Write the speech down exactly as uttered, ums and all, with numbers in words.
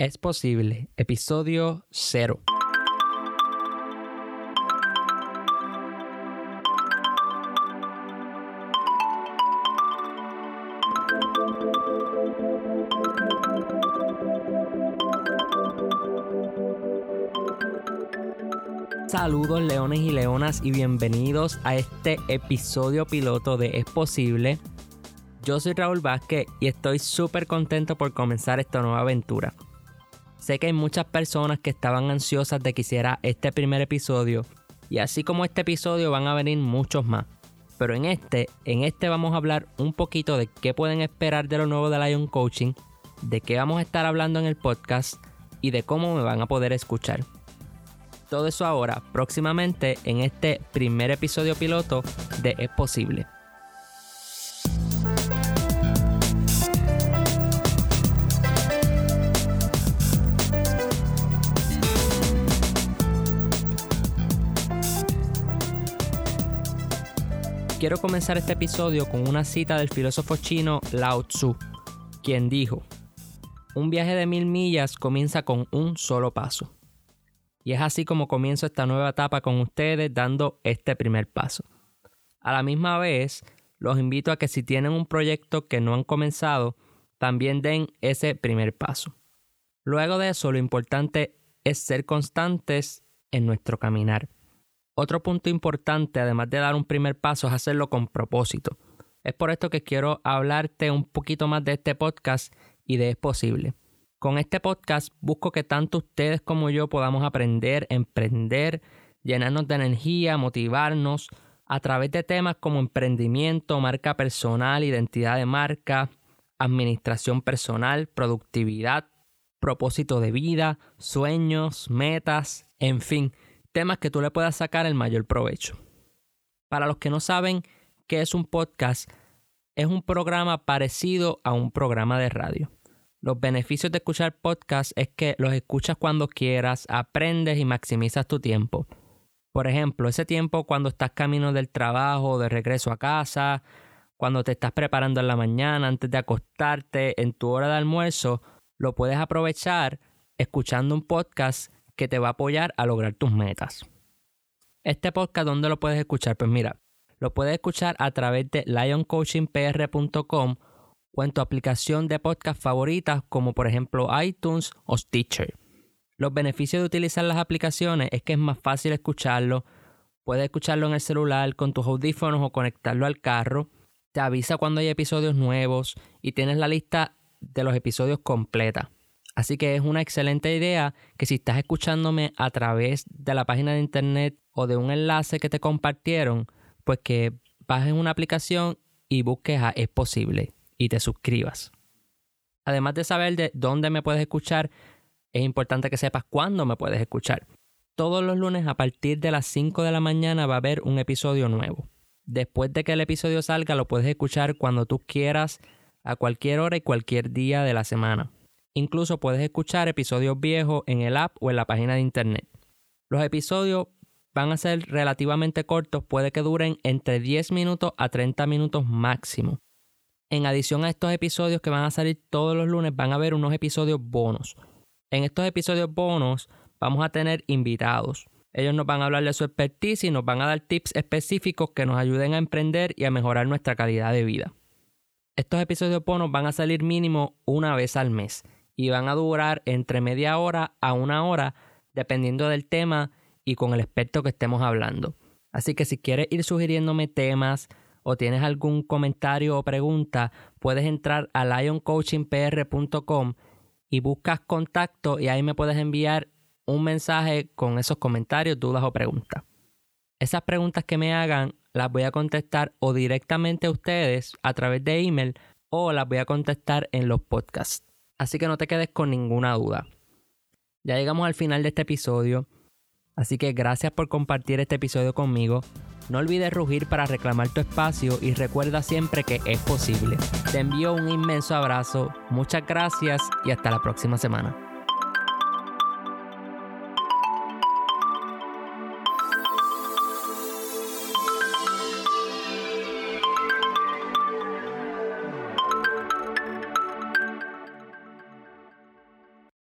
Es posible, episodio cero. Saludos leones y leonas y bienvenidos a este episodio piloto de Es Posible. Yo soy Raúl Vázquez y estoy súper contento por comenzar esta nueva aventura. Sé que hay muchas personas que estaban ansiosas de que hiciera este primer episodio y así como este episodio van a venir muchos más. Pero en este, en este vamos a hablar un poquito de qué pueden esperar de lo nuevo de Lion Coaching, de qué vamos a estar hablando en el podcast y de cómo me van a poder escuchar. Todo eso ahora, próximamente, en este primer episodio piloto de Es Posible. Quiero comenzar este episodio con una cita del filósofo chino Lao Tzu, quien dijo: "Un viaje de mil millas comienza con un solo paso". Y es así como comienzo esta nueva etapa con ustedes dando este primer paso. A la misma vez, los invito a que si tienen un proyecto que no han comenzado, también den ese primer paso. Luego de eso, lo importante es ser constantes en nuestro caminar. Otro punto importante, además de dar un primer paso, es hacerlo con propósito. Es por esto que quiero hablarte un poquito más de este podcast y de Es Posible. Con este podcast busco que tanto ustedes como yo podamos aprender, emprender, llenarnos de energía, motivarnos a través de temas como emprendimiento, marca personal, identidad de marca, administración personal, productividad, propósito de vida, sueños, metas, en fin, temas que tú le puedas sacar el mayor provecho. Para los que no saben qué es un podcast, es un programa parecido a un programa de radio. Los beneficios de escuchar podcasts es que los escuchas cuando quieras, aprendes y maximizas tu tiempo. Por ejemplo, ese tiempo cuando estás camino del trabajo, de regreso a casa, cuando te estás preparando en la mañana, antes de acostarte, en tu hora de almuerzo, lo puedes aprovechar escuchando un podcast que te va a apoyar a lograr tus metas. Este podcast, ¿dónde lo puedes escuchar? Pues mira, lo puedes escuchar a través de lion coaching p r punto com o en tu aplicación de podcast favoritas como por ejemplo iTunes o Stitcher. Los beneficios de utilizar las aplicaciones es que es más fácil escucharlo. Puedes escucharlo en el celular con tus audífonos o conectarlo al carro. Te avisa cuando hay episodios nuevos y tienes la lista de los episodios completa. Así que es una excelente idea que si estás escuchándome a través de la página de internet o de un enlace que te compartieron, pues que bajes una aplicación y busques a Es Posible y te suscribas. Además de saber de dónde me puedes escuchar, es importante que sepas cuándo me puedes escuchar. Todos los lunes a partir de las cinco de la mañana va a haber un episodio nuevo. Después de que el episodio salga, lo puedes escuchar cuando tú quieras, a cualquier hora y cualquier día de la semana. Incluso puedes escuchar episodios viejos en el app o en la página de internet. Los episodios van a ser relativamente cortos, puede que duren entre diez minutos a treinta minutos máximo. En adición a estos episodios que van a salir todos los lunes, van a haber unos episodios bonos. En estos episodios bonos vamos a tener invitados. Ellos nos van a hablar de su expertise y nos van a dar tips específicos que nos ayuden a emprender y a mejorar nuestra calidad de vida. Estos episodios bonos van a salir mínimo una vez al mes y van a durar entre media hora a una hora dependiendo del tema y con el experto que estemos hablando. Así que si quieres ir sugiriéndome temas o tienes algún comentario o pregunta, puedes entrar a lion coaching p r punto com y buscas contacto y ahí me puedes enviar un mensaje con esos comentarios, dudas o preguntas. Esas preguntas que me hagan las voy a contestar o directamente a ustedes a través de email o las voy a contestar en los podcasts. Así que no te quedes con ninguna duda. Ya llegamos al final de este episodio, así que gracias por compartir este episodio conmigo. No olvides rugir para reclamar tu espacio y recuerda siempre que es posible. Te envío un inmenso abrazo, muchas gracias y hasta la próxima semana.